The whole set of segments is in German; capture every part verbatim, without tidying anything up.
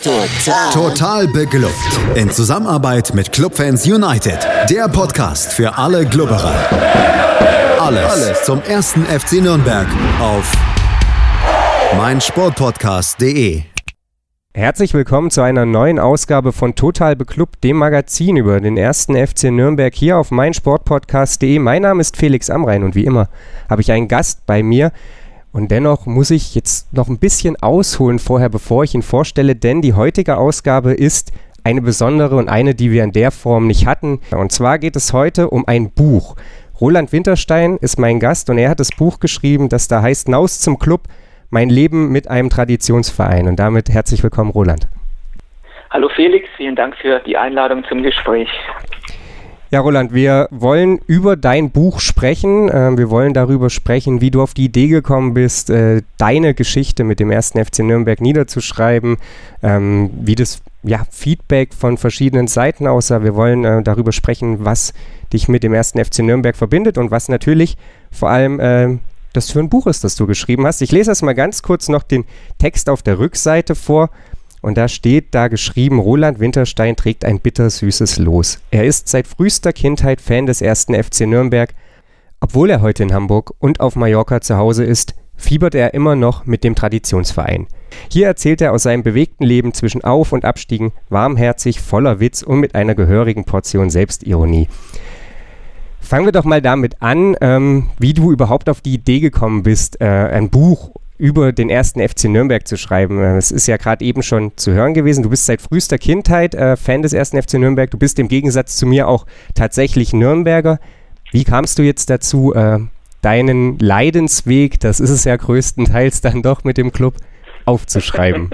Total. Total beglückt. In Zusammenarbeit mit Clubfans United. Der Podcast für alle Glubberer. Alles, Alles zum ersten F C Nürnberg auf meinsportpodcast punkt de. Herzlich willkommen zu einer neuen Ausgabe von Total beklubbt, dem Magazin über den ersten F C Nürnberg hier auf meinsportpodcast punkt de. Mein Name ist Felix Amrain und wie immer habe ich einen Gast bei mir. Und dennoch muss ich jetzt noch ein bisschen ausholen vorher, bevor ich ihn vorstelle, denn die heutige Ausgabe ist eine besondere und eine, die wir in der Form nicht hatten. Und zwar geht es heute um ein Buch. Roland Winterstein ist mein Gast und er hat das Buch geschrieben, das da heißt Naus zum Club, mein Leben mit einem Traditionsverein. Und damit herzlich willkommen, Roland. Hallo Felix, vielen Dank für die Einladung zum Gespräch. Ja, Roland, wir wollen über dein Buch sprechen. Äh, wir wollen darüber sprechen, wie du auf die Idee gekommen bist, äh, deine Geschichte mit dem ersten F C Nürnberg niederzuschreiben, ähm, wie das ja, Feedback von verschiedenen Seiten aussah. Wir wollen äh, darüber sprechen, was dich mit dem ersten F C Nürnberg verbindet und was natürlich vor allem äh, das für ein Buch ist, das du geschrieben hast. Ich lese erst mal ganz kurz noch den Text auf der Rückseite vor. Und da steht da geschrieben, Roland Winterstein trägt ein bittersüßes Los. Er ist seit frühester Kindheit Fan des ersten F C Nürnberg. Obwohl er heute in Hamburg und auf Mallorca zu Hause ist, fiebert er immer noch mit dem Traditionsverein. Hier erzählt er aus seinem bewegten Leben zwischen Auf- und Abstiegen, warmherzig, voller Witz und mit einer gehörigen Portion Selbstironie. Fangen wir doch mal damit an, ähm, wie du überhaupt auf die Idee gekommen bist, äh, ein Buch über den ersten F C Nürnberg zu schreiben. Es ist ja gerade eben schon zu hören gewesen. Du bist seit frühester Kindheit äh, Fan des ersten F C Nürnberg. Du bist im Gegensatz zu mir auch tatsächlich Nürnberger. Wie kamst du jetzt dazu, äh, deinen Leidensweg, das ist es ja größtenteils dann doch mit dem Club, aufzuschreiben?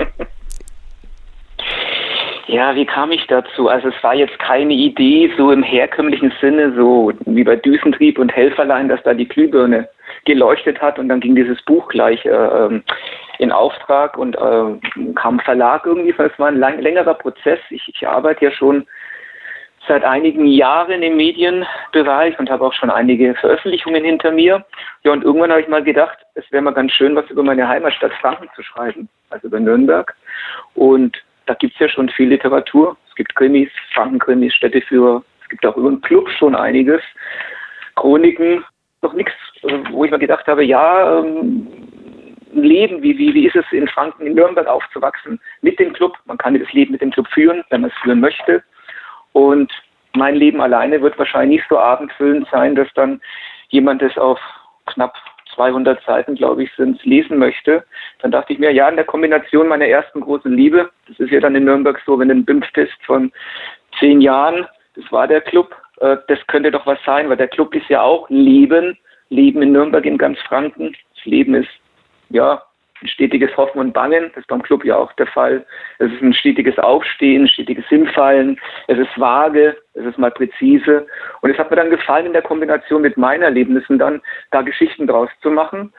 Ja, wie kam ich dazu? Also es war jetzt keine Idee so im herkömmlichen Sinne, so wie bei Düsentrieb und Helferlein, dass da die Glühbirne geleuchtet hat und dann ging dieses Buch gleich äh, in Auftrag und äh, kam Verlag irgendwie. Es war ein lang, längerer Prozess. Ich, ich arbeite ja schon seit einigen Jahren im Medienbereich und habe auch schon einige Veröffentlichungen hinter mir. Ja, und irgendwann habe ich mal gedacht, es wäre mal ganz schön, was über meine Heimatstadt Franken zu schreiben, also über Nürnberg. Und da gibt es ja schon viel Literatur. Es gibt Krimis, Franken-Krimis, Städteführer. Es gibt auch über den Club schon einiges. Chroniken, noch nichts, wo ich mal gedacht habe, ja, ähm, Leben, wie, wie, wie ist es in Franken, in Nürnberg aufzuwachsen mit dem Club? Man kann das Leben mit dem Club führen, wenn man es führen möchte. Und mein Leben alleine wird wahrscheinlich nicht so abendfüllend sein, dass dann jemand das auf knapp zweihundert Seiten, glaube ich, sind, lesen möchte. Dann dachte ich mir, ja, in der Kombination meiner ersten großen Liebe, das ist ja dann in Nürnberg so, wenn du einen B I M F-Test von zehn Jahren, das war der Club, äh, das könnte doch was sein, weil der Club ist ja auch Leben, Leben in Nürnberg, in ganz Franken. Das Leben ist, ja, ein stetiges Hoffen und Bangen, das ist beim Club ja auch der Fall. Es ist ein stetiges Aufstehen, ein stetiges Hinfallen, es ist vage, es ist mal präzise. Und es hat mir dann gefallen, in der Kombination mit meinen Erlebnissen dann da Geschichten draus zu machen.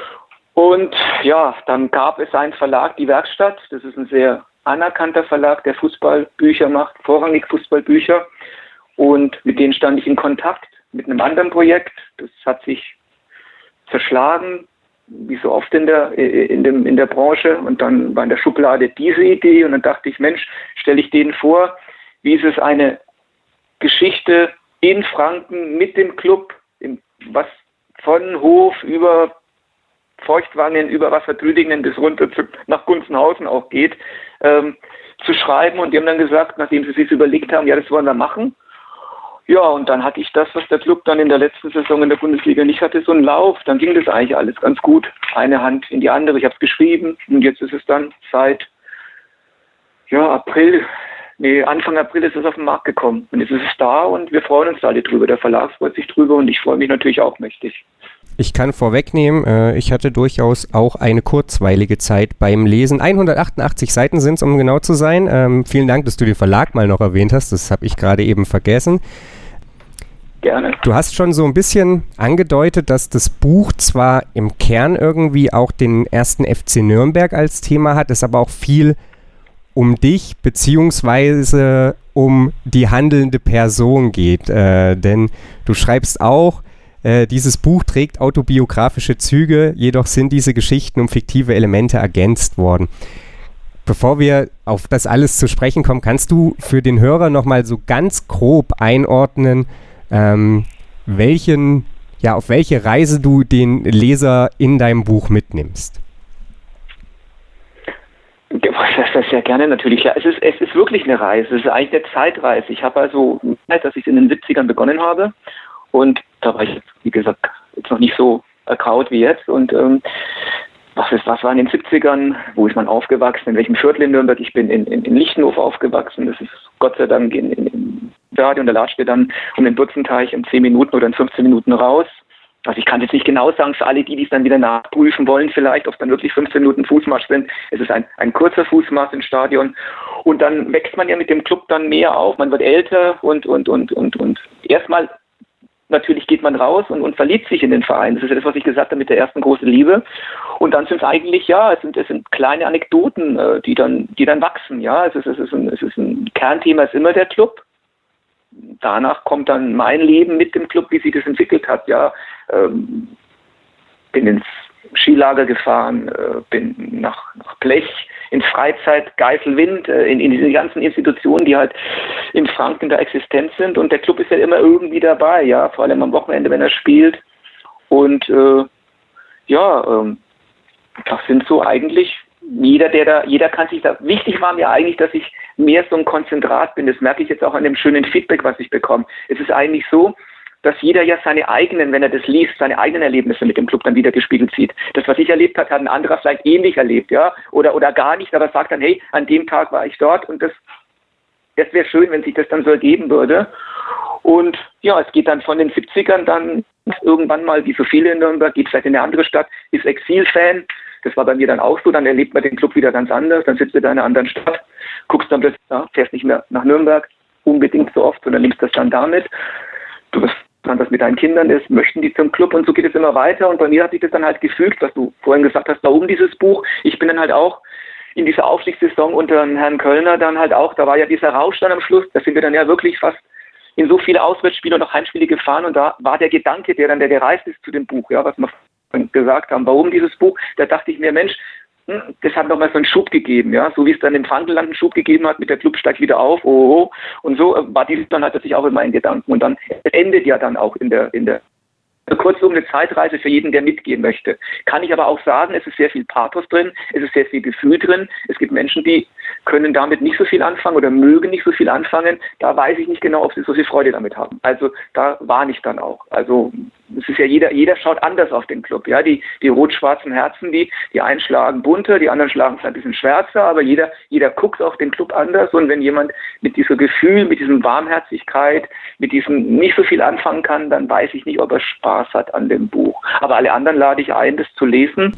Und ja, dann gab es einen Verlag, die Werkstatt. Das ist ein sehr anerkannter Verlag, der Fußballbücher macht, vorrangig Fußballbücher. Und mit denen stand ich in Kontakt mit einem anderen Projekt. Das hat sich zerschlagen, wie so oft in der, in dem, in der Branche. Und dann war in der Schublade diese Idee. Und dann dachte ich, Mensch, stelle ich denen vor, wie ist es eine Geschichte in Franken mit dem Club, in, was von Hof über Feuchtwangen, über Wassertrüdingen bis runter zu, nach Gunzenhausen auch geht, ähm, zu schreiben. Und die haben dann gesagt, nachdem sie sich überlegt haben, ja, das wollen wir machen. Ja, und dann hatte ich das, was der Club dann in der letzten Saison in der Bundesliga nicht hatte, so einen Lauf. Dann ging das eigentlich alles ganz gut. Eine Hand in die andere. Ich habe es geschrieben und jetzt ist es dann seit ja, April, nee, Anfang April ist es auf den Markt gekommen. Und jetzt ist es da und wir freuen uns alle drüber. Der Verlag freut sich drüber und ich freue mich natürlich auch mächtig. Ich kann vorwegnehmen, äh, ich hatte durchaus auch eine kurzweilige Zeit beim Lesen. hundertachtundachtzig Seiten sind es, um genau zu sein. Ähm, vielen Dank, dass du den Verlag mal noch erwähnt hast. Das habe ich gerade eben vergessen. Gerne. Du hast schon so ein bisschen angedeutet, dass das Buch zwar im Kern irgendwie auch den ersten F C Nürnberg als Thema hat, es aber auch viel um dich beziehungsweise um die handelnde Person geht. Äh, denn du schreibst auch, äh, dieses Buch trägt autobiografische Züge, jedoch sind diese Geschichten um fiktive Elemente ergänzt worden. Bevor wir auf das alles zu sprechen kommen, kannst du für den Hörer nochmal so ganz grob einordnen, ähm, welchen, ja, auf welche Reise du den Leser in deinem Buch mitnimmst? Das ist ja gerne natürlich. Ja, es ist, es ist wirklich eine Reise. Es ist eigentlich eine Zeitreise. Ich habe also, dass ich in den siebzigern begonnen habe und da war ich, wie gesagt, jetzt noch nicht so ergraut wie jetzt und ähm, Was, ist, was war in den siebzigern? Wo ist man aufgewachsen? In welchem Viertel in Nürnberg? Ich bin in, in, in Lichtenhof aufgewachsen. Das ist Gott sei Dank in, in, in Radio und da latschen wir dann um den Butzenteich in zehn Minuten oder in fünfzehn Minuten raus. Also ich kann jetzt nicht genau sagen, für alle die, die es dann wieder nachprüfen wollen vielleicht, ob es dann wirklich fünfzehn Minuten Fußmarsch sind. Es ist ein, ein kurzer Fußmarsch im Stadion. Und dann wächst man ja mit dem Club dann mehr auf. Man wird älter und, und, und, und, und erstmal natürlich geht man raus und, und verliebt sich in den Verein. Das ist ja das, was ich gesagt habe mit der ersten großen Liebe. Und dann sind es eigentlich, ja, es sind, es sind kleine Anekdoten, äh, die dann, die dann wachsen, ja. Es ist, es ist ein, es ist ein Kernthema, ist immer der Club. Danach kommt dann mein Leben mit dem Club, wie sich das entwickelt hat, ja. Ähm, bin ins Skilager gefahren, äh, bin nach, nach Blech, ins Freizeit, Geiselwind, äh, in, in diese ganzen Institutionen, die halt in Franken da existent sind. Und der Club ist ja immer irgendwie dabei, ja, vor allem am Wochenende, wenn er spielt. Und äh, ja, ähm, das sind so eigentlich, jeder, der da, jeder kann sich da, wichtig war mir eigentlich, dass ich mehr so ein Konzentrat bin. Das merke ich jetzt auch an dem schönen Feedback, was ich bekomme. Es ist eigentlich so, dass jeder ja seine eigenen, wenn er das liest, seine eigenen Erlebnisse mit dem Club dann wieder gespiegelt sieht. Das, was ich erlebt habe, hat ein anderer vielleicht ähnlich erlebt, ja, oder, oder gar nicht, aber sagt dann, hey, an dem Tag war ich dort und das, das wäre schön, wenn sich das dann so ergeben würde. Und ja, es geht dann von den siebzigern dann irgendwann mal, wie so viele in Nürnberg, geht vielleicht in eine andere Stadt, ist Exil-Fan. Das war bei mir dann auch so, dann erlebt man den Club wieder ganz anders, dann sitzt du da in einer anderen Stadt, guckst dann plötzlich, ja, fährst nicht mehr nach Nürnberg, unbedingt so oft, sondern nimmst das dann damit. Du wirst dann, was mit deinen Kindern ist, möchten die zum Club und so geht es immer weiter. Und bei mir hat sich das dann halt gefügt, was du vorhin gesagt hast, warum dieses Buch. Ich bin dann halt auch in dieser Aufstiegssaison unter Herrn Kölner dann halt auch, da war ja dieser Rausch dann am Schluss, da sind wir dann ja wirklich fast in so viele Auswärtsspiele und auch Heimspiele gefahren und da war der Gedanke, der dann der gereist ist zu dem Buch, ja, was wir gesagt haben, warum dieses Buch, da dachte ich mir, Mensch, das hat nochmal so einen Schub gegeben, ja, so wie es dann im Frankenland einen Schub gegeben hat, mit der Club steigt wieder auf, oh, oh, und so war dieses dann halt tatsächlich auch in meinen Gedanken und dann endet ja dann auch in der, in der, kurzum eine Zeitreise für jeden, der mitgehen möchte. Kann ich aber auch sagen, es ist sehr viel Pathos drin, es ist sehr viel Gefühl drin, es gibt Menschen, die können damit nicht so viel anfangen oder mögen nicht so viel anfangen, da weiß ich nicht genau, ob sie so viel Freude damit haben. Also da warne ich dann auch. Also es ist ja jeder, jeder schaut anders auf den Club. Ja, die, die rot-schwarzen Herzen, die, die einen schlagen bunter, die anderen schlagen vielleicht ein bisschen schwärzer, aber jeder, jeder guckt auf den Club anders und wenn jemand mit diesem Gefühl, mit diesem Warmherzigkeit, mit diesem nicht so viel anfangen kann, dann weiß ich nicht, ob er Spaß hat an dem Buch. Aber alle anderen lade ich ein, das zu lesen.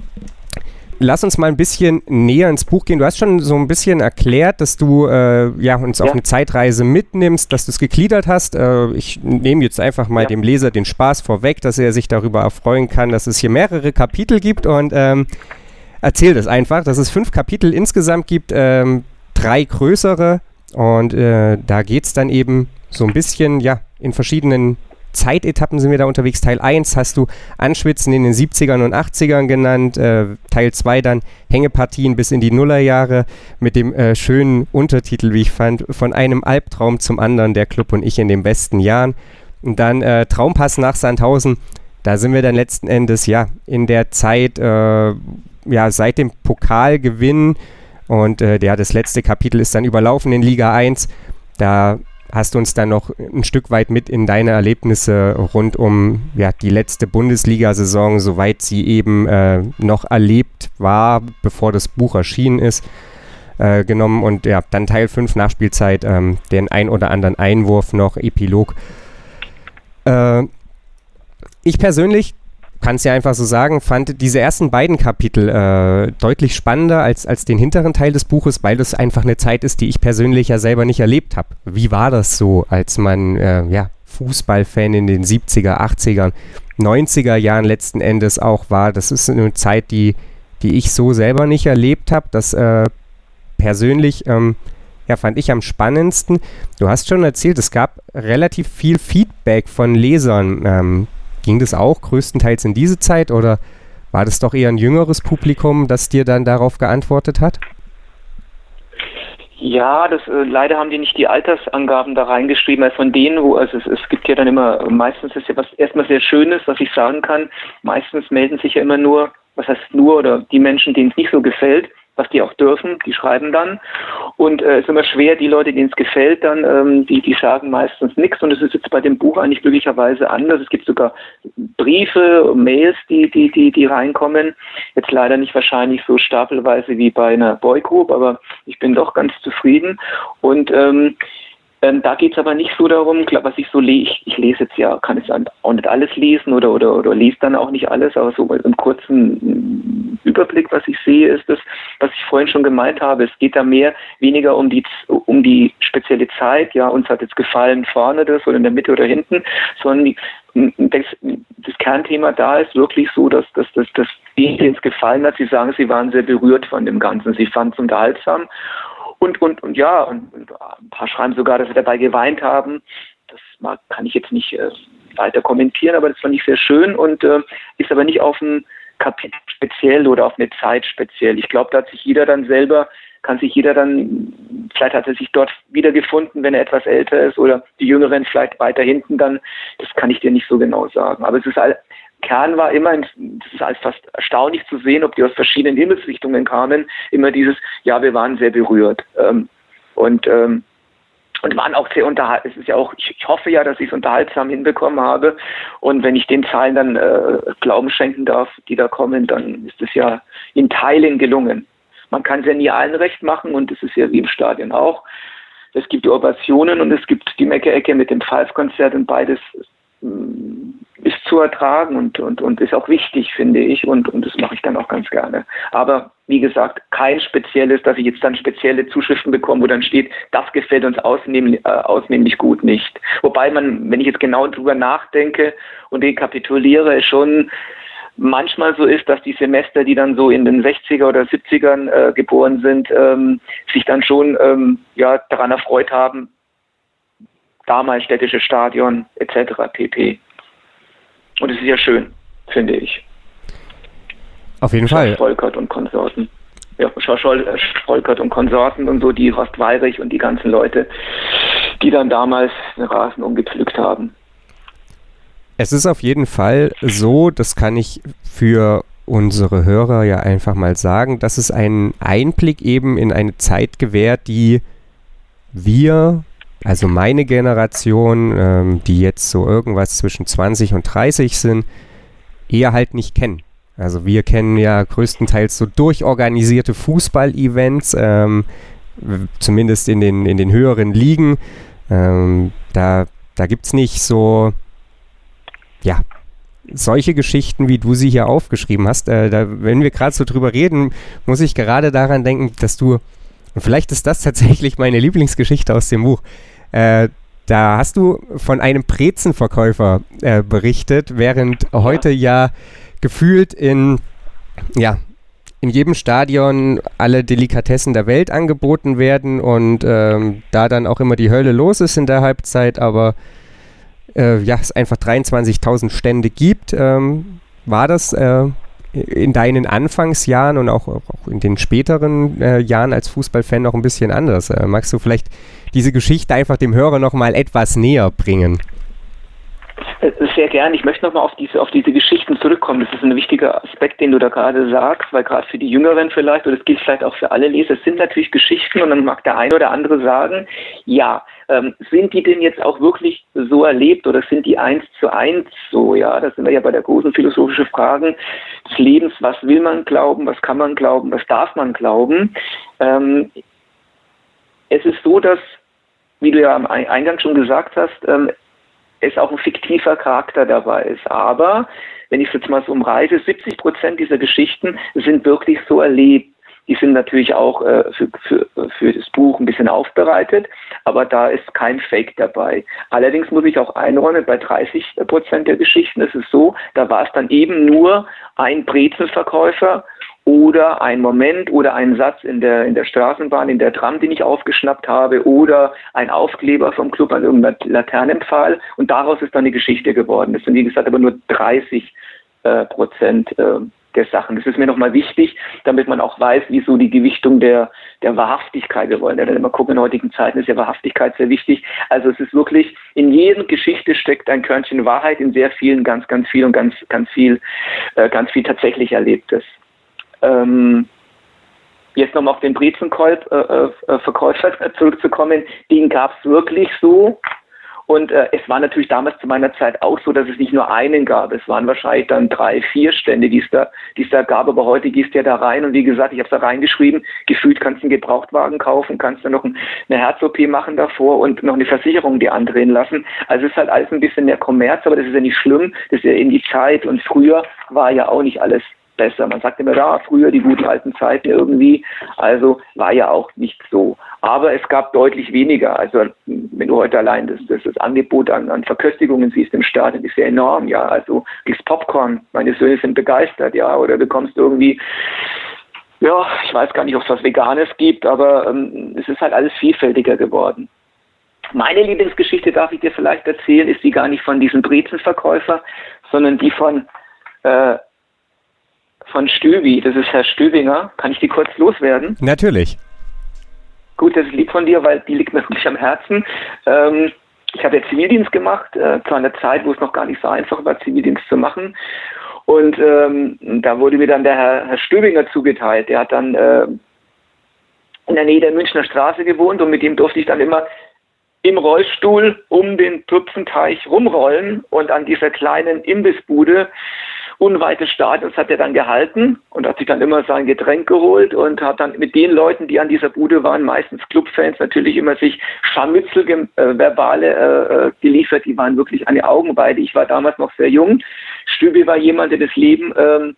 Lass uns mal ein bisschen näher ins Buch gehen. Du hast schon so ein bisschen erklärt, dass du äh, ja, uns ja. auf eine Zeitreise mitnimmst, dass du es gegliedert hast. Äh, ich nehme jetzt einfach mal ja. dem Leser den Spaß vorweg, dass er sich darüber erfreuen kann, dass es hier mehrere Kapitel gibt und ähm, erzähl das einfach, dass es fünf Kapitel insgesamt gibt, ähm, drei größere und äh, da geht es dann eben so ein bisschen ja in verschiedenen Zeitetappen sind wir da unterwegs. Teil eins hast du Anschwitzen in den siebzigern und achtzigern genannt. Äh, Teil zwei dann Hängepartien bis in die Nullerjahre mit dem äh, schönen Untertitel, wie ich fand, von einem Albtraum zum anderen, der Club und ich in den besten Jahren. Und dann äh, Traumpass nach Sandhausen. Da sind wir dann letzten Endes ja in der Zeit äh, ja seit dem Pokalgewinn und äh, ja, das letzte Kapitel ist dann überlaufen in Liga eins. Da hast du uns dann noch ein Stück weit mit in deine Erlebnisse rund um ja, die letzte Bundesliga-Saison, soweit sie eben äh, noch erlebt war, bevor das Buch erschienen ist, äh, genommen. Und ja, dann Teil fünf Nachspielzeit, ähm, den ein oder anderen Einwurf noch, Epilog. Äh, ich persönlich kann es ja einfach so sagen, fand diese ersten beiden Kapitel äh, deutlich spannender als, als den hinteren Teil des Buches, weil das einfach eine Zeit ist, die ich persönlich ja selber nicht erlebt habe. Wie war das so, als man äh, ja, Fußballfan in den siebziger, achtziger, neunziger Jahren letzten Endes auch war? Das ist eine Zeit, die, die ich so selber nicht erlebt habe. Das äh, persönlich ähm, ja, fand ich am spannendsten. Du hast schon erzählt, es gab relativ viel Feedback von Lesern. Ähm, Ging das auch größtenteils in diese Zeit oder war das doch eher ein jüngeres Publikum, das dir dann darauf geantwortet hat? Ja, das äh, leider haben die nicht die Altersangaben da reingeschrieben, also von denen, wo, also es, es gibt ja dann immer, meistens ist ja was erstmal sehr Schönes, was ich sagen kann, meistens melden sich ja immer nur, was heißt nur, oder die Menschen, denen es nicht so gefällt, was die auch dürfen, die schreiben dann. Und es äh, ist immer schwer, die Leute, denen es gefällt, dann, ähm, die, die sagen meistens nichts. Und es ist jetzt bei dem Buch eigentlich glücklicherweise anders. Es gibt sogar Briefe, Mails, die, die, die, die reinkommen. Jetzt leider nicht wahrscheinlich so stapelweise wie bei einer Boygroup, aber ich bin doch ganz zufrieden. Und ähm, Ähm, da geht es aber nicht so darum, was ich so lese, ich, ich lese jetzt ja, kann jetzt auch nicht alles lesen oder, oder, oder lese dann auch nicht alles, aber so im kurzen Überblick, was ich sehe, ist das, was ich vorhin schon gemeint habe. Es geht da mehr, weniger um die, um die spezielle Zeit, ja, uns hat jetzt gefallen vorne das oder in der Mitte oder hinten, sondern die, das, das Kernthema da ist wirklich so, dass, dass, dass, dass denen es gefallen hat, sie sagen, sie waren sehr berührt von dem Ganzen, sie fanden es unterhaltsam. Und, und, und ja, und, und ein paar schreiben sogar, dass sie dabei geweint haben. Das mag, kann ich jetzt nicht äh, weiter kommentieren, aber das fand ich sehr schön und äh, ist aber nicht auf ein Kapitel speziell oder auf eine Zeit speziell. Ich glaube, da hat sich jeder dann selber, kann sich jeder dann, vielleicht hat er sich dort wiedergefunden, wenn er etwas älter ist oder die Jüngeren vielleicht weiter hinten dann, das kann ich dir nicht so genau sagen. Aber es ist all, Kern war immer, das ist halt fast erstaunlich zu sehen, ob die aus verschiedenen Himmelsrichtungen kamen, immer dieses, ja, wir waren sehr berührt ähm, und ähm, und waren auch sehr unterhaltsam. Es ist ja auch, ich, ich hoffe ja, dass ich es unterhaltsam hinbekommen habe und wenn ich den Zahlen dann äh, Glauben schenken darf, die da kommen, dann ist es ja in Teilen gelungen. Man kann es ja nie allen recht machen und es ist ja wie im Stadion auch. Es gibt die Ovationen und es gibt die Mecke-Ecke mit dem Pfeifkonzert und beides ist zu ertragen und, und, und ist auch wichtig, finde ich, und, und das mache ich dann auch ganz gerne. Aber wie gesagt, kein spezielles, dass ich jetzt dann spezielle Zuschriften bekomme, wo dann steht, das gefällt uns ausnehmlich, äh, ausnehmlich gut nicht. Wobei man, wenn ich jetzt genau drüber nachdenke und rekapituliere, schon manchmal so ist, dass die Semester, die dann so in den sechziger oder siebzigern äh, geboren sind, ähm, sich dann schon ähm, ja, daran erfreut haben, damals städtische Stadion et cetera pp. Und es ist ja schön, finde ich. Auf jeden Fall. Volkert und Konsorten. Ja, Volkert und Konsorten und so, die Horst Weyrich und die ganzen Leute, die dann damals den Rasen umgepflückt haben. Es ist auf jeden Fall so, das kann ich für unsere Hörer ja einfach mal sagen, dass es einen Einblick eben in eine Zeit gewährt, die wir, also meine Generation, ähm, die jetzt so irgendwas zwischen zwanzig und dreißig sind, eher halt nicht kennen. Also wir kennen ja größtenteils so durchorganisierte Fußball-Events, ähm, zumindest in den, in den höheren Ligen. Ähm, da da gibt es nicht so, ja, solche Geschichten, wie du sie hier aufgeschrieben hast. Äh, da, wenn wir gerade so drüber reden, muss ich gerade daran denken, dass du, und vielleicht ist das tatsächlich meine Lieblingsgeschichte aus dem Buch, äh, da hast du von einem Brezenverkäufer äh, berichtet, während ja. heute ja gefühlt in, ja, in jedem Stadion alle Delikatessen der Welt angeboten werden und ähm, da dann auch immer die Hölle los ist in der Halbzeit, aber äh, ja, es einfach dreiundzwanzigtausend Stände gibt. Ähm, war das äh, in deinen Anfangsjahren und auch, auch in den späteren äh, Jahren als Fußballfan noch ein bisschen anders? Äh, magst du vielleicht diese Geschichte einfach dem Hörer noch mal etwas näher bringen? Sehr gern. Ich möchte nochmal auf diese, auf diese Geschichten zurückkommen. Das ist ein wichtiger Aspekt, den du da gerade sagst, weil gerade für die Jüngeren vielleicht, oder das gilt vielleicht auch für alle Leser, es sind natürlich Geschichten und dann mag der eine oder andere sagen, ja, ähm, sind die denn jetzt auch wirklich so erlebt oder sind die eins zu eins so? Ja, da sind wir ja bei der großen philosophischen Frage des Lebens. Was will man glauben? Was kann man glauben? Was darf man glauben? Ähm, es ist so, dass, wie du ja am Eingang schon gesagt hast, ähm, es auch ein fiktiver Charakter dabei ist. Aber, wenn ich es jetzt mal so umreiße, siebzig Prozent dieser Geschichten sind wirklich so erlebt. Die sind natürlich auch äh, für, für, für das Buch ein bisschen aufbereitet, aber da ist kein Fake dabei. Allerdings muss ich auch einräumen, bei dreißig Prozent der Geschichten ist es so, da war es dann eben nur ein Brezenverkäufer oder ein Moment oder ein Satz in der, in der Straßenbahn, in der Tram, den ich aufgeschnappt habe, oder ein Aufkleber vom Club an irgendeiner Laternenpfahl. Und daraus ist dann eine Geschichte geworden. Das sind, wie gesagt, aber nur dreißig Prozent äh, der Sachen. Das ist mir nochmal wichtig, damit man auch weiß, wieso die Gewichtung der, der Wahrhaftigkeit, wir wollen ja dann immer gucken, in heutigen Zeiten ist ja Wahrhaftigkeit sehr wichtig. Also es ist wirklich, in jeder Geschichte steckt ein Körnchen Wahrheit, in sehr vielen ganz, ganz viel und ganz, ganz viel, äh, ganz viel tatsächlich Erlebtes. Ähm, Jetzt nochmal auf den Brezenverkäufer äh, zurückzukommen, den gab es wirklich so. Und äh, es war natürlich damals zu meiner Zeit auch so, dass es nicht nur einen gab. Es waren wahrscheinlich dann drei, vier Stände, die es da, die es da gab. Aber heute gehst du ja da rein. Und wie gesagt, ich habe es da reingeschrieben, gefühlt kannst du einen Gebrauchtwagen kaufen, kannst du noch ein, eine Herz-O P machen davor und noch eine Versicherung dir andrehen lassen. Also es ist halt alles ein bisschen mehr Kommerz, aber das ist ja nicht schlimm. Das ist ja in die Zeit. Und früher war ja auch nicht alles besser. Man sagt immer, da, früher die guten alten Zeiten irgendwie. Also war ja auch nicht so. Aber es gab deutlich weniger. Also wenn du heute allein das, das, das Angebot an, an Verköstigungen siehst im Stadion, ist ja enorm. Ja, also kriegst Popcorn, meine Söhne sind begeistert, ja, oder bekommst irgendwie, ja, ich weiß gar nicht, ob es was Veganes gibt, aber ähm, es ist halt alles vielfältiger geworden. Meine Lieblingsgeschichte, darf ich dir vielleicht erzählen, ist die gar nicht von diesem Brezenverkäufer, sondern die von äh, von Stübi, das ist Herr Stübinger. Kann ich die kurz loswerden? Natürlich. Gut, das ist lieb von dir, weil die liegt mir wirklich am Herzen. Ähm, ich habe ja Zivildienst gemacht, äh, zu einer Zeit, wo es noch gar nicht so einfach war, Zivildienst zu machen. Und ähm, da wurde mir dann der Herr, Herr Stübinger zugeteilt. Der hat dann äh, in der Nähe der Münchner Straße gewohnt und mit dem durfte ich dann immer im Rollstuhl um den Tüpfenteich rumrollen und an dieser kleinen Imbissbude unweit des Stadions hat er dann gehalten und hat sich dann immer sein Getränk geholt und hat dann mit den Leuten, die an dieser Bude waren, meistens Clubfans, natürlich immer sich Scharmützel, äh, verbale äh, geliefert. Die waren wirklich eine Augenweide. Ich war damals noch sehr jung. Stübi war jemand, der das Leben, ähm,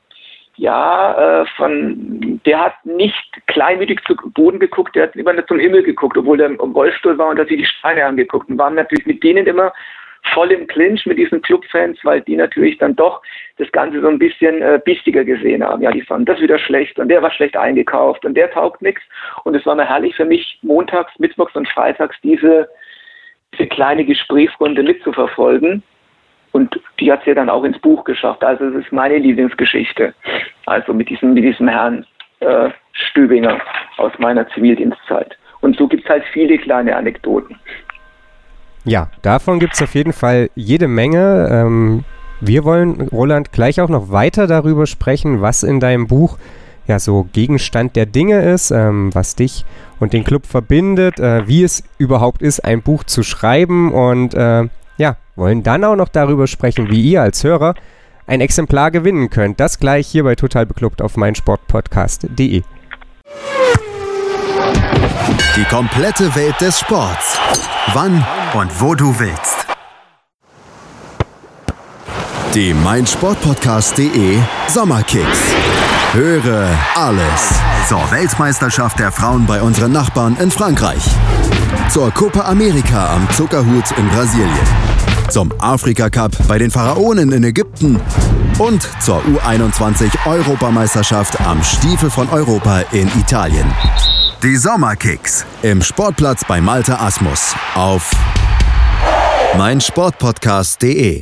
ja, äh, von, der hat nicht kleinmütig zu Boden geguckt, der hat immer nur zum Himmel geguckt, obwohl er im Rollstuhl war und hat sich die Steine angeguckt und waren natürlich mit denen immer voll im Clinch mit diesen Clubfans, weil die natürlich dann doch das Ganze so ein bisschen äh, bistiger gesehen haben. Ja, die fanden das wieder schlecht und der war schlecht eingekauft und der taugt nichts. Und es war mir herrlich für mich, montags, mittwochs und freitags diese, diese kleine Gesprächsrunde mitzuverfolgen. Und die hat es ja dann auch ins Buch geschafft. Also es ist meine Lieblingsgeschichte. Also mit diesem, mit diesem Herrn äh, Stübinger aus meiner Zivildienstzeit. Und so gibt es halt viele kleine Anekdoten. Ja, davon gibt es auf jeden Fall jede Menge. Ähm, wir wollen, Roland, gleich auch noch weiter darüber sprechen, was in deinem Buch ja so Gegenstand der Dinge ist, ähm, was dich und den Club verbindet, äh, wie es überhaupt ist, ein Buch zu schreiben und äh, ja, wollen dann auch noch darüber sprechen, wie ihr als Hörer ein Exemplar gewinnen könnt. Das gleich hier bei Total Beklubbt auf meinsportpodcast punkt de. Die komplette Welt des Sports. Wann und wo du willst. Die meinsportpodcast punkt de Sommerkicks. Höre alles zur Weltmeisterschaft der Frauen bei unseren Nachbarn in Frankreich. Zur Copa America am Zuckerhut in Brasilien. Zum Afrika Cup bei den Pharaonen in Ägypten. Und zur U einundzwanzig Europameisterschaft am Stiefel von Europa in Italien. Die Sommerkicks im Sportplatz bei Malte Asmus auf meinsportpodcast punkt de.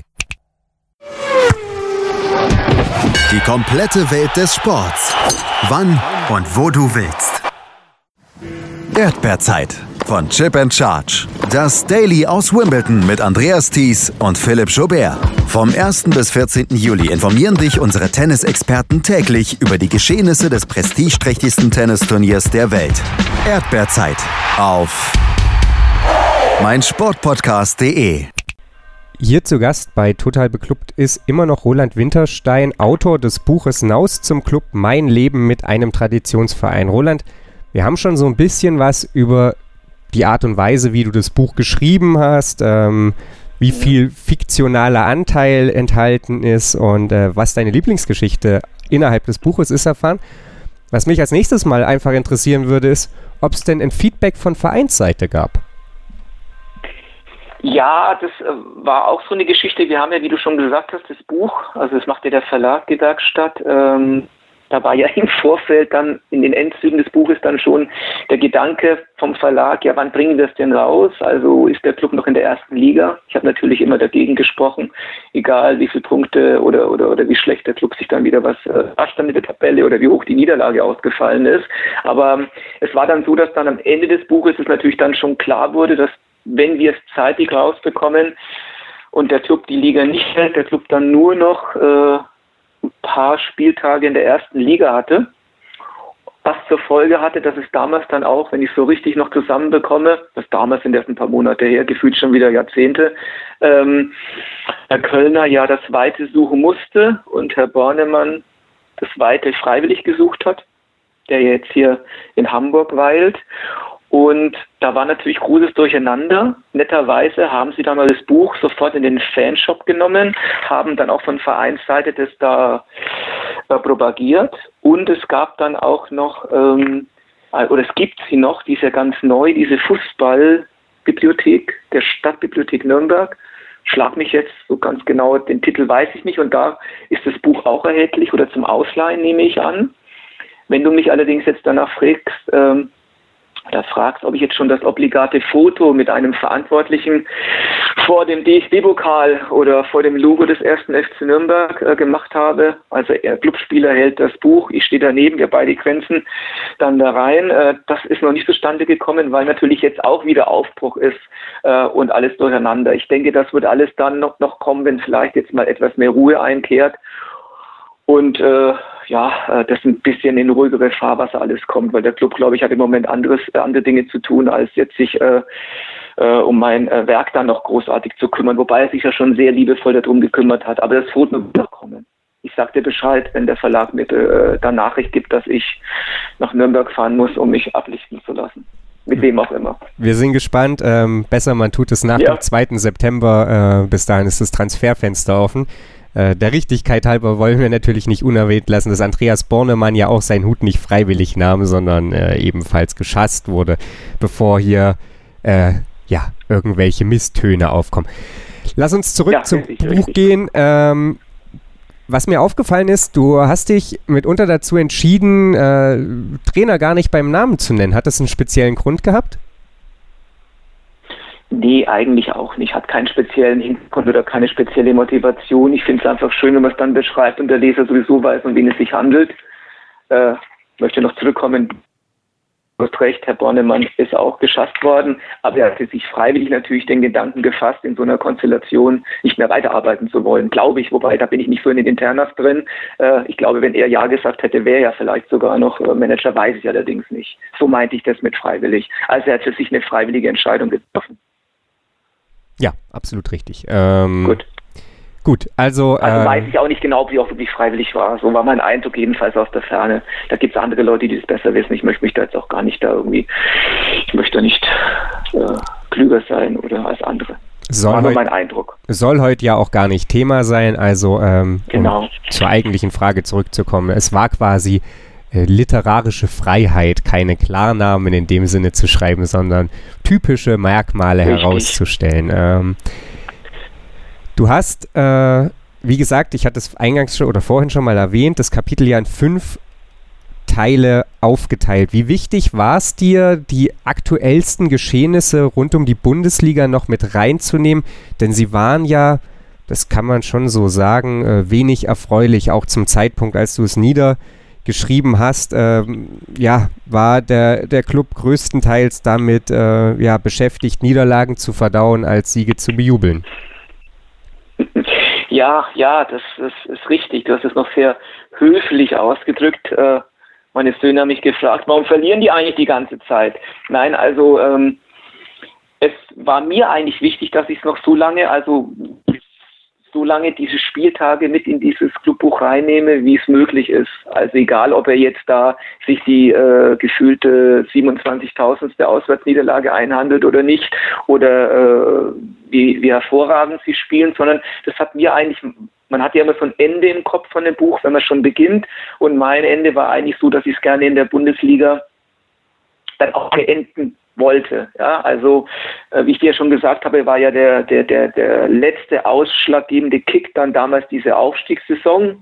Die komplette Welt des Sports. Wann und wo du willst. Erdbeerzeit von Chip and Charge. Das Daily aus Wimbledon mit Andreas Thies und Philipp Joubert. Vom ersten bis vierzehnten Juli informieren dich unsere Tennisexperten täglich über die Geschehnisse des prestigeträchtigsten Tennisturniers der Welt. Erdbeerzeit auf meinsportpodcast punkt de. Hier zu Gast bei Total Beklubbt ist immer noch Roland Winterstein, Autor des Buches Naus zum Club, mein Leben mit einem Traditionsverein. Roland, wir haben schon so ein bisschen was über die Art und Weise, wie du das Buch geschrieben hast, ähm, wie viel fiktionaler Anteil enthalten ist und äh, was deine Lieblingsgeschichte innerhalb des Buches ist, erfahren. Was mich als nächstes mal einfach interessieren würde, ist, ob es denn ein Feedback von Vereinsseite gab. Ja, das äh, war auch so eine Geschichte. Wir haben ja, wie du schon gesagt hast, das Buch, also das macht ja der Verlag, die Werkstatt, ähm, da war ja im Vorfeld dann in den Endzügen des Buches dann schon der Gedanke vom Verlag, ja, wann bringen wir es denn raus? Also ist der Club noch in der ersten Liga? Ich habe natürlich immer dagegen gesprochen, egal wie viele Punkte oder oder oder wie schlecht der Club sich dann wieder was äh, rascht dann mit der Tabelle oder wie hoch die Niederlage ausgefallen ist. Aber ähm, es war dann so, dass dann am Ende des Buches es natürlich dann schon klar wurde, dass wenn wir es zeitig rausbekommen und der Club die Liga nicht hält, der Club dann nur noch äh, ein paar Spieltage in der ersten Liga hatte, was zur Folge hatte, dass es damals dann auch, wenn ich es so richtig noch zusammenbekomme, das damals sind erst ein paar Monate her, gefühlt schon wieder Jahrzehnte, ähm, Herr Köllner ja das Weite suchen musste und Herr Bornemann das Weite freiwillig gesucht hat, der jetzt hier in Hamburg weilt. Und da war natürlich großes Durcheinander. Netterweise haben sie dann mal das Buch sofort in den Fanshop genommen, haben dann auch von Vereinsseite das da äh, propagiert. Und es gab dann auch noch, ähm, oder es gibt sie noch, die ist ja ganz neu, diese Fußballbibliothek der Stadtbibliothek Nürnberg. Schlag mich jetzt so ganz genau, den Titel weiß ich nicht. Und da ist das Buch auch erhältlich oder zum Ausleihen, nehme ich an. Wenn du mich allerdings jetzt danach fragst, ähm, Da fragst, ob ich jetzt schon das obligate Foto mit einem Verantwortlichen vor dem D F B-Pokal oder vor dem Logo des ersten F C Nürnberg äh, gemacht habe. Also der Clubspieler hält das Buch, ich stehe daneben, wir beide Grenzen dann da rein. Äh, das ist noch nicht zustande gekommen, weil natürlich jetzt auch wieder Aufbruch ist äh, und alles durcheinander. Ich denke, das wird alles dann noch, noch kommen, wenn vielleicht jetzt mal etwas mehr Ruhe einkehrt. Und äh, ja, das ein bisschen in ruhigere Fahrwasser alles kommt, weil der Club, glaube ich, hat im Moment anderes, andere Dinge zu tun, als jetzt sich äh, äh, um mein äh, Werk dann noch großartig zu kümmern, wobei er sich ja schon sehr liebevoll darum gekümmert hat. Aber das Foto wird noch kommen. Ich sag dir Bescheid, wenn der Verlag mir äh, da Nachricht gibt, dass ich nach Nürnberg fahren muss, um mich ablichten zu lassen. Mit wem auch immer. Wir sind gespannt. Ähm, besser, man tut es nach ja. dem zweiten September. Äh, bis dahin ist das Transferfenster offen. Äh, der Richtigkeit halber wollen wir natürlich nicht unerwähnt lassen, dass Andreas Bornemann ja auch seinen Hut nicht freiwillig nahm, sondern äh, ebenfalls geschasst wurde, bevor hier äh, ja, irgendwelche Misstöne aufkommen. Lass uns zurück ja, zum richtig, Buch richtig. gehen. Ähm, was mir aufgefallen ist, du hast dich mitunter dazu entschieden, äh, Trainer gar nicht beim Namen zu nennen. Hat das einen speziellen Grund gehabt? Nee, eigentlich auch nicht. Hat keinen speziellen Hintergrund oder keine spezielle Motivation. Ich finde es einfach schön, wenn man es dann beschreibt und der Leser sowieso weiß, um wen es sich handelt. Äh, ich möchte noch zurückkommen. Du hast recht, Herr Bornemann ist auch geschasst worden, aber er hatte sich freiwillig natürlich den Gedanken gefasst, in so einer Konstellation nicht mehr weiterarbeiten zu wollen, glaube ich, wobei da bin ich nicht so in den Internas drin. Äh, ich glaube, wenn er Ja gesagt hätte, wäre er ja vielleicht sogar noch Manager, weiß ich allerdings nicht. So meinte ich das mit freiwillig. Also er hat für sich eine freiwillige Entscheidung getroffen. Ja, absolut richtig. Ähm, Gut. Gut, also... Also äh, weiß ich auch nicht genau, ob sie auch wirklich freiwillig war. So war mein Eindruck jedenfalls aus der Ferne. Da gibt es andere Leute, die das besser wissen. Ich möchte mich da jetzt auch gar nicht da irgendwie... Ich möchte nicht äh, klüger sein oder als andere. Soll war nur heut, mein Eindruck. Soll heute ja auch gar nicht Thema sein. Also ähm, genau. um zur eigentlichen Frage zurückzukommen. Es war quasi äh, literarische Freiheit, keine Klarnamen in dem Sinne zu schreiben, sondern typische Merkmale Richtig. herauszustellen. Ähm, Du hast, äh, wie gesagt, ich hatte es eingangs schon oder vorhin schon mal erwähnt, das Kapitel ja in fünf Teile aufgeteilt. Wie wichtig war es dir, die aktuellsten Geschehnisse rund um die Bundesliga noch mit reinzunehmen? Denn sie waren ja, das kann man schon so sagen, äh, wenig erfreulich, auch zum Zeitpunkt, als du es niedergeschrieben hast. Äh, ja, war der, der Club größtenteils damit äh, ja, beschäftigt, Niederlagen zu verdauen, als Siege zu bejubeln. Ja, ja, das, das ist richtig. Du hast es noch sehr höflich ausgedrückt. Äh, meine Söhne haben mich gefragt, warum verlieren die eigentlich die ganze Zeit? Nein, also ähm, es war mir eigentlich wichtig, dass ich es noch so lange, also so lange diese Spieltage mit in dieses Clubbuch reinnehme, wie es möglich ist. Also egal, ob er jetzt da sich die äh, gefühlte siebenundzwanzigtausendste Auswärtsniederlage einhandelt oder nicht, oder äh, wie, wie hervorragend sie spielen, sondern das hat mir eigentlich, man hat ja immer so ein Ende im Kopf von dem Buch, wenn man schon beginnt, und mein Ende war eigentlich so, dass ich es gerne in der Bundesliga dann auch beenden wollte. Ja, also äh, wie ich dir schon gesagt habe, war ja der, der, der, der letzte ausschlaggebende Kick dann damals diese Aufstiegssaison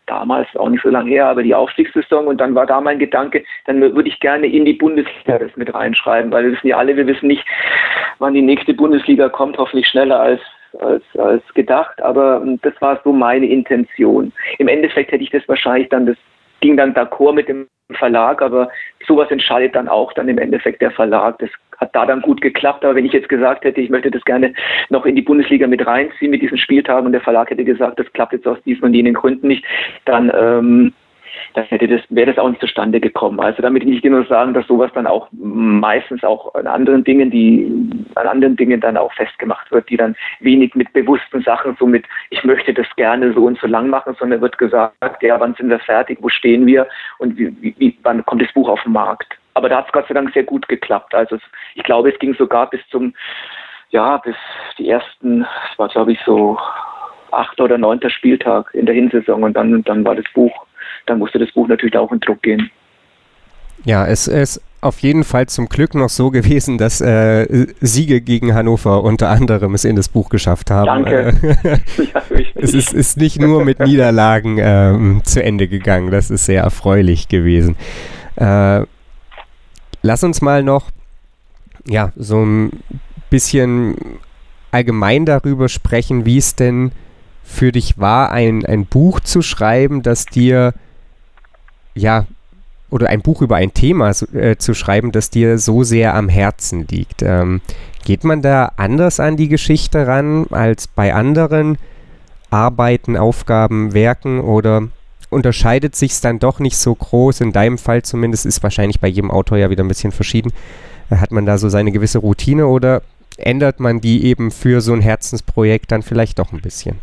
damals, auch nicht so lange her, aber die Aufstiegssaison. Und dann war da mein Gedanke, dann würde ich gerne in die Bundesliga das mit reinschreiben, weil wir wissen ja alle, wir wissen nicht, wann die nächste Bundesliga kommt, hoffentlich schneller als Als, als gedacht, aber das war so meine Intention. Im Endeffekt hätte ich das wahrscheinlich dann, das ging dann d'accord mit dem Verlag, aber sowas entscheidet dann auch dann im Endeffekt der Verlag. Das hat da dann gut geklappt, aber wenn ich jetzt gesagt hätte, ich möchte das gerne noch in die Bundesliga mit reinziehen mit diesen Spieltagen und der Verlag hätte gesagt, das klappt jetzt aus diesen und jenen Gründen nicht, dann ähm, dann hätte das, wäre das auch nicht zustande gekommen. Also damit will ich dir nur sagen, dass sowas dann auch meistens auch an anderen Dingen, die an anderen Dingen dann auch festgemacht wird, die dann wenig mit bewussten Sachen, so mit, ich möchte das gerne so und so lang machen, sondern wird gesagt, ja, wann sind wir fertig, wo stehen wir und wie, wie, wann kommt das Buch auf den Markt. Aber da hat es Gott sei Dank sehr gut geklappt. Also es, ich glaube, es ging sogar bis zum, ja, bis die ersten, es war glaube ich so achter oder neunter Spieltag in der Hinsaison und dann, dann war das Buch dann musste das Buch natürlich auch in Druck gehen. Ja, es ist auf jeden Fall zum Glück noch so gewesen, dass äh, Siege gegen Hannover unter anderem es in das Buch geschafft haben. Danke. Ja, es ist, ist nicht nur mit Niederlagen ähm, zu Ende gegangen, das ist sehr erfreulich gewesen. Äh, lass uns mal noch ja, so ein bisschen allgemein darüber sprechen, wie es denn für dich war, ein, ein Buch zu schreiben, das dir ja, oder ein Buch über ein Thema äh, zu schreiben, das dir so sehr am Herzen liegt. Ähm, geht man da anders an die Geschichte ran als bei anderen Arbeiten, Aufgaben, Werken oder unterscheidet sich es dann doch nicht so groß? In deinem Fall zumindest, ist wahrscheinlich bei jedem Autor ja wieder ein bisschen verschieden. Äh, hat man da so seine gewisse Routine oder ändert man die eben für so ein Herzensprojekt dann vielleicht doch ein bisschen?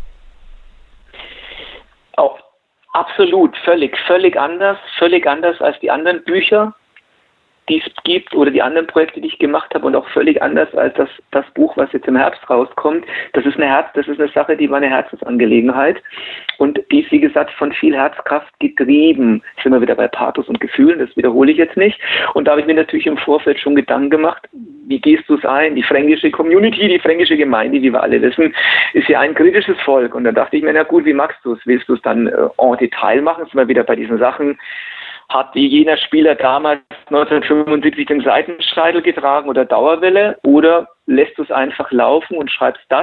Auch absolut, völlig, völlig anders, völlig anders als die anderen Bücher, die es gibt oder die anderen Projekte, die ich gemacht habe und auch völlig anders als das, das Buch, was jetzt im Herbst rauskommt. Das ist eine Herz, das ist eine Sache, die war eine Herzensangelegenheit und die ist, wie gesagt, von viel Herzkraft getrieben. Jetzt sind wir wieder bei Pathos und Gefühlen, das wiederhole ich jetzt nicht. Und da habe ich mir natürlich im Vorfeld schon Gedanken gemacht, wie gehst du es ein? Die fränkische Community, die fränkische Gemeinde, wie wir alle wissen, ist ja ein kritisches Volk. Und da dachte ich mir, na gut, wie magst du es? Willst du es dann äh, en Detail machen? Sind wir wieder bei diesen Sachen. Hat jener Spieler damals neunzehnhundertfünfundsiebzig den Seitenscheitel getragen oder Dauerwelle? Oder lässt du es einfach laufen und schreibst das,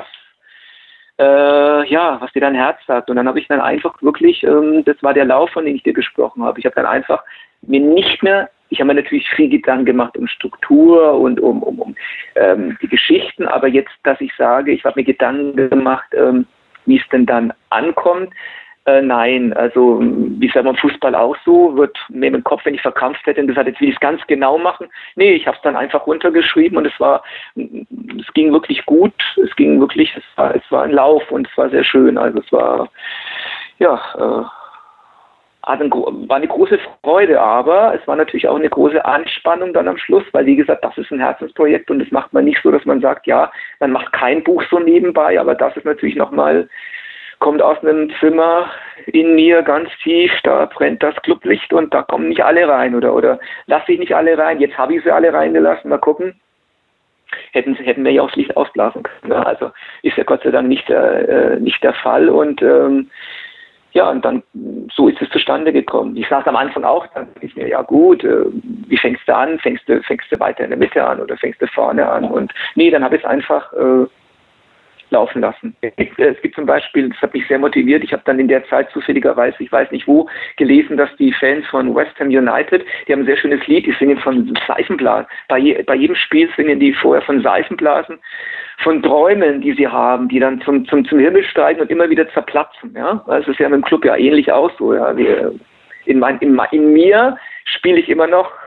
äh, ja, was dir dein Herz sagt? Und dann habe ich dann einfach wirklich, ähm, das war der Lauf, von dem ich dir gesprochen habe. Ich habe dann einfach mir nicht mehr, ich habe mir natürlich viel Gedanken gemacht um Struktur und um, um, um ähm, die Geschichten, aber jetzt, dass ich sage, ich habe mir Gedanken gemacht, ähm, wie es denn dann ankommt. Äh, nein, also wie sagt man im Fußball auch so, wird mir im Kopf, wenn ich verkrampft hätte und gesagt, jetzt will ich es ganz genau machen. Nee, ich habe es dann einfach runtergeschrieben und es war, es ging wirklich gut, es ging wirklich, es war, es war ein Lauf und es war sehr schön. Also es war, ja, äh, hat ein, war eine große Freude, aber es war natürlich auch eine große Anspannung dann am Schluss, weil wie gesagt, das ist ein Herzensprojekt und das macht man nicht so, dass man sagt, ja, man macht kein Buch so nebenbei, aber das ist natürlich nochmal, kommt aus einem Zimmer in mir ganz tief, da brennt das Clublicht und da kommen nicht alle rein oder oder lasse ich nicht alle rein. Jetzt habe ich sie alle reingelassen, mal gucken. Hätten, hätten wir ja auch das Licht ausblasen können. Also ist ja Gott sei Dank nicht der, äh, nicht der Fall und ähm, ja, und dann, so ist es zustande gekommen. Ich saß am Anfang auch, dann dachte ich mir, ja gut, äh, wie fängst du an? Fängst du, fängst du weiter in der Mitte an oder fängst du vorne an? Und nee, dann habe ich es einfach äh, laufen lassen. Es gibt zum Beispiel, das hat mich sehr motiviert, ich habe dann in der Zeit zufälligerweise, ich weiß nicht wo, gelesen, dass die Fans von West Ham United, die haben ein sehr schönes Lied, die singen von Seifenblasen. Bei, je, bei jedem Spiel singen die vorher von Seifenblasen, von Träumen, die sie haben, die dann zum, zum, zum Himmel steigen und immer wieder zerplatzen. Ja? Also es ist ja mit dem Club ja ähnlich auch so. Ja? Wir, in, mein, in, in mir spiele ich immer noch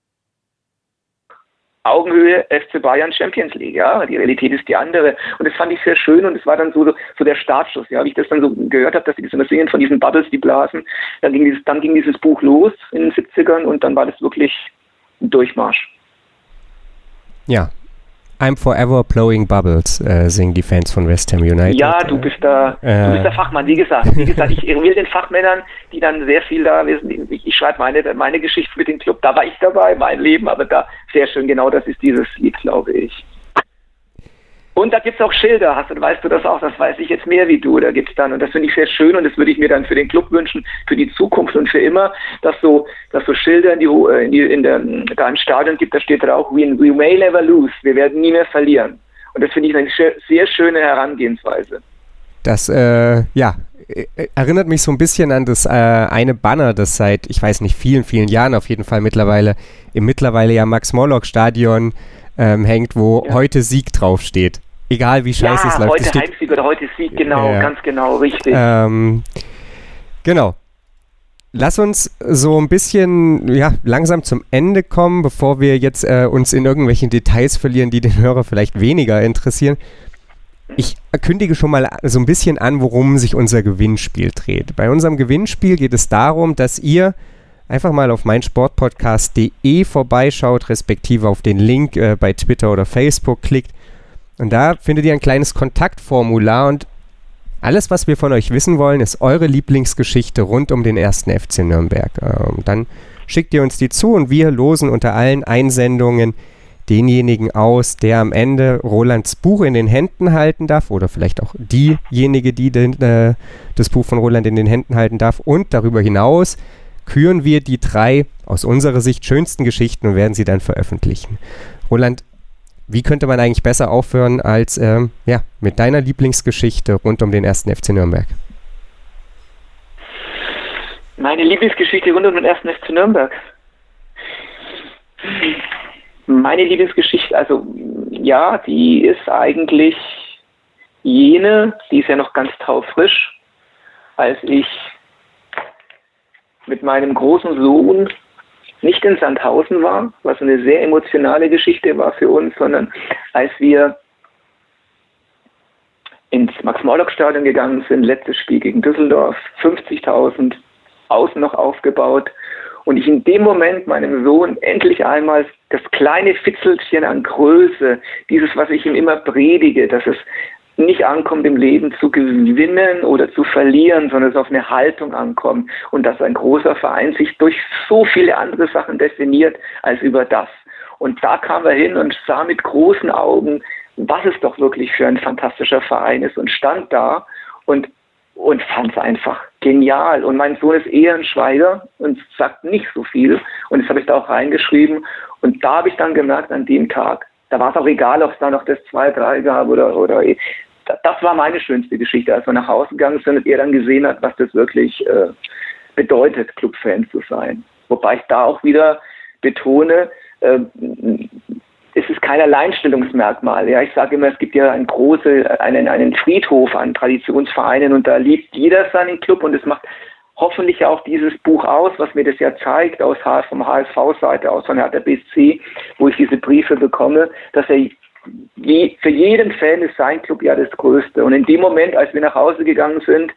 Augenhöhe F C Bayern Champions League, ja, die Realität ist die andere und das fand ich sehr schön und es war dann so, so der Startschuss, ja, wie ich das dann so gehört habe, dass sie das immer singen von diesen Bubbles, die blasen, dann ging dieses, dann ging dieses Buch los in den siebzigern und dann war das wirklich ein Durchmarsch. Ja, I'm forever blowing bubbles, äh, singen die Fans von West Ham United. Ja, du bist da, äh, du bist der Fachmann, wie gesagt. Wie gesagt, ich will den Fachmännern, die dann sehr viel da wissen. Ich, ich schreibe meine, meine Geschichte mit dem Club, da war ich dabei, mein Leben, aber da sehr schön, genau das ist dieses Lied, glaube ich. Und da gibt es auch Schilder, hast du, weißt du das auch, das weiß ich jetzt mehr wie du, da gibt es dann, und das finde ich sehr schön und das würde ich mir dann für den Club wünschen, für die Zukunft und für immer, dass so, dass so Schilder in die, in die, in der, da im Stadion gibt, da steht drauf, we, we may never lose, wir werden nie mehr verlieren. Und das finde ich eine sehr schöne Herangehensweise. Das, äh, ja, erinnert mich so ein bisschen an das äh, eine Banner, das seit, ich weiß nicht, vielen, vielen Jahren auf jeden Fall mittlerweile, im mittlerweile ja Max-Morlock-Stadion ähm, hängt, wo ja. heute Sieg draufsteht. Egal wie scheiße ja, es läuft. Heute steht, Heimsieg oder heute Sieg, genau, ja. ganz genau, richtig. Ähm, genau. Lass uns so ein bisschen ja, langsam zum Ende kommen, bevor wir jetzt äh, uns in irgendwelchen Details verlieren, die den Hörer vielleicht weniger interessieren. Ich kündige schon mal so ein bisschen an, worum sich unser Gewinnspiel dreht. Bei unserem Gewinnspiel geht es darum, dass ihr einfach mal auf meinsportpodcast punkt de vorbeischaut, respektive auf den Link äh, bei Twitter oder Facebook klickt. Und da findet ihr ein kleines Kontaktformular und alles, was wir von euch wissen wollen, ist eure Lieblingsgeschichte rund um den ersten F C Nürnberg. Ähm, dann schickt ihr uns die zu und wir losen unter allen Einsendungen denjenigen aus, der am Ende Rolands Buch in den Händen halten darf oder vielleicht auch diejenige, die den, äh, das Buch von Roland in den Händen halten darf. Und darüber hinaus küren wir die drei aus unserer Sicht schönsten Geschichten und werden sie dann veröffentlichen. Roland, wie könnte man eigentlich besser aufhören als ähm, ja, mit deiner Lieblingsgeschichte rund um den ersten F C Nürnberg? Meine Lieblingsgeschichte rund um den ersten F C Nürnberg? Meine Lieblingsgeschichte, also ja, die ist eigentlich jene, die ist ja noch ganz taufrisch, als ich mit meinem großen Sohn nicht in Sandhausen war, was eine sehr emotionale Geschichte war für uns, sondern als wir ins Max-Morlock-Stadion gegangen sind, letztes Spiel gegen Düsseldorf, fünfzigtausend, außen noch aufgebaut, und ich in dem Moment meinem Sohn endlich einmal das kleine Fitzelchen an Größe, dieses, was ich ihm immer predige, dass es nicht ankommt, im Leben zu gewinnen oder zu verlieren, sondern es auf eine Haltung ankommt und dass ein großer Verein sich durch so viele andere Sachen definiert als über das. Und da kam er hin und sah mit großen Augen, was es doch wirklich für ein fantastischer Verein ist und stand da und und fand es einfach genial. Und mein Sohn ist eher ein Schweiger und sagt nicht so viel. Und das habe ich da auch reingeschrieben. Und da habe ich dann gemerkt, an dem Tag, da war es auch egal, ob es da noch das zwei drei gab oder, oder das war meine schönste Geschichte, als wir nach Hause gegangen sind und er dann gesehen hat, was das wirklich äh, bedeutet, Clubfan zu sein. Wobei ich da auch wieder betone, äh, es ist kein Alleinstellungsmerkmal. Ja, ich sage immer, es gibt ja einen großen, einen, einen Friedhof an Traditionsvereinen und da liebt jeder seinen Club und es macht hoffentlich auch dieses Buch aus, was mir das ja zeigt, aus vom H S V-Seite, aus von Hertha B S C, wo ich diese Briefe bekomme, dass er wie, für jeden Fan ist sein Club ja das Größte. Und in dem Moment, als wir nach Hause gegangen sind,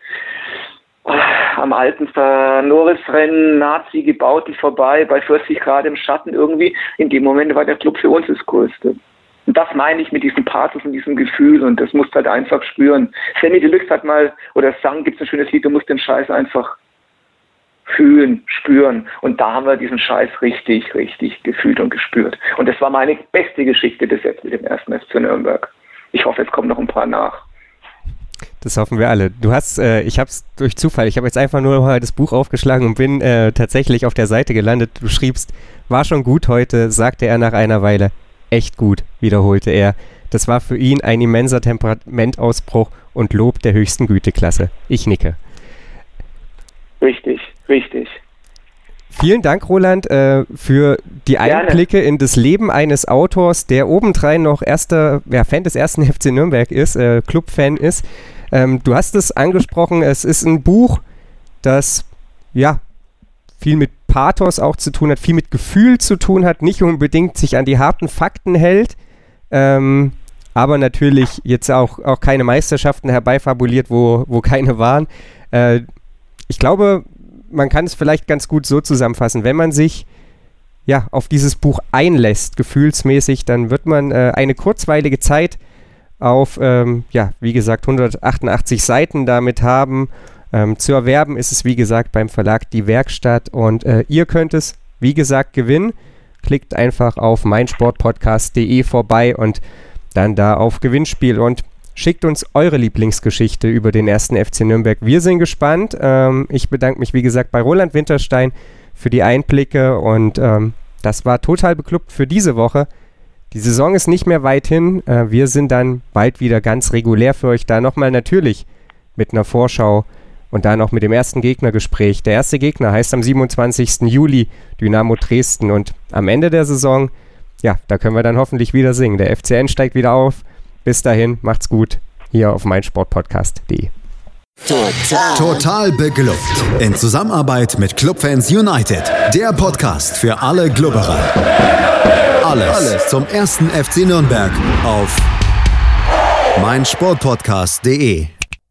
am alten Norrisrennen, Nazi gebauten vorbei, bei vierzig Grad im Schatten irgendwie, in dem Moment war der Club für uns das Größte. Und das meine ich mit diesem Pathos und diesem Gefühl und das musst du halt einfach spüren. Sammy Deluxe hat mal, oder sang, gibt es ein schönes Lied, du musst den Scheiß einfach fühlen, spüren. Und da haben wir diesen Scheiß richtig, richtig gefühlt und gespürt. Und das war meine beste Geschichte bis jetzt mit dem ersten F C Nürnberg. Ich hoffe, es kommen noch ein paar nach. Das hoffen wir alle. Du hast, äh, ich habe es durch Zufall, ich habe jetzt einfach nur mal das Buch aufgeschlagen und bin äh, tatsächlich auf der Seite gelandet. Du schriebst, war schon gut heute, sagte er nach einer Weile. Echt gut, wiederholte er. Das war für ihn ein immenser Temperamentausbruch und Lob der höchsten Güteklasse. Ich nicke. Richtig, richtig. Vielen Dank, Roland, äh, für die Einblicke Gerne. in das Leben eines Autors, der obendrein noch erster, ja, Fan des ersten F C Nürnberg ist, äh, Clubfan ist. Ähm, du hast es angesprochen, es ist ein Buch, das ja viel mit Pathos auch zu tun hat, viel mit Gefühl zu tun hat, nicht unbedingt sich an die harten Fakten hält, ähm, aber natürlich jetzt auch, auch keine Meisterschaften herbeifabuliert, wo, wo keine waren. Äh, ich glaube, man kann es vielleicht ganz gut so zusammenfassen, wenn man sich ja auf dieses Buch einlässt, gefühlsmäßig, dann wird man äh, eine kurzweilige Zeit auf, ähm, ja, wie gesagt, hundertachtundachtzig Seiten damit haben. Ähm, zu erwerben ist es, wie gesagt, beim Verlag Die Werkstatt und äh, ihr könnt es, wie gesagt, gewinnen. Klickt einfach auf meinsportpodcast punkt de vorbei und dann da auf Gewinnspiel und schickt uns eure Lieblingsgeschichte über den ersten F C Nürnberg. Wir sind gespannt. Ähm, ich bedanke mich, wie gesagt, bei Roland Winterstein für die Einblicke und ähm, das war total beklubbt für diese Woche. Die Saison ist nicht mehr weit hin. Äh, wir sind dann bald wieder ganz regulär für euch da. Nochmal natürlich mit einer Vorschau und dann auch mit dem ersten Gegnergespräch. Der erste Gegner heißt am siebenundzwanzigsten Juli Dynamo Dresden und am Ende der Saison, ja, da können wir dann hoffentlich wieder singen. Der F C N steigt wieder auf. Bis dahin, macht's gut, hier auf meinsportpodcast punkt de. Total. Total beglückt. In Zusammenarbeit mit Clubfans United. Der Podcast für alle Glubberer. Alles, Alles zum ersten F C Nürnberg auf meinsportpodcast punkt de.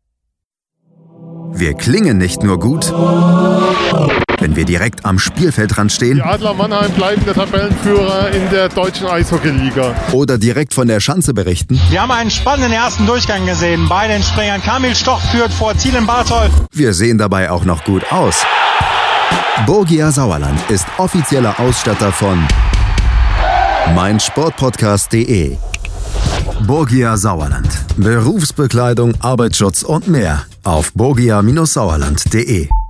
Wir klingen nicht nur gut, wenn wir direkt am Spielfeldrand stehen. Die Adler Mannheim bleiben der Tabellenführer in der deutschen Eishockeyliga. Oder direkt von der Schanze berichten. Wir haben einen spannenden ersten Durchgang gesehen. Bei den Springern Kamil Stoch führt vor Zielen Barthold. Wir sehen dabei auch noch gut aus. Borgia Sauerland ist offizieller Ausstatter von meinsportpodcast punkt de. Borgia Sauerland. Berufsbekleidung, Arbeitsschutz und mehr auf borgia Bindestrich sauerland punkt de.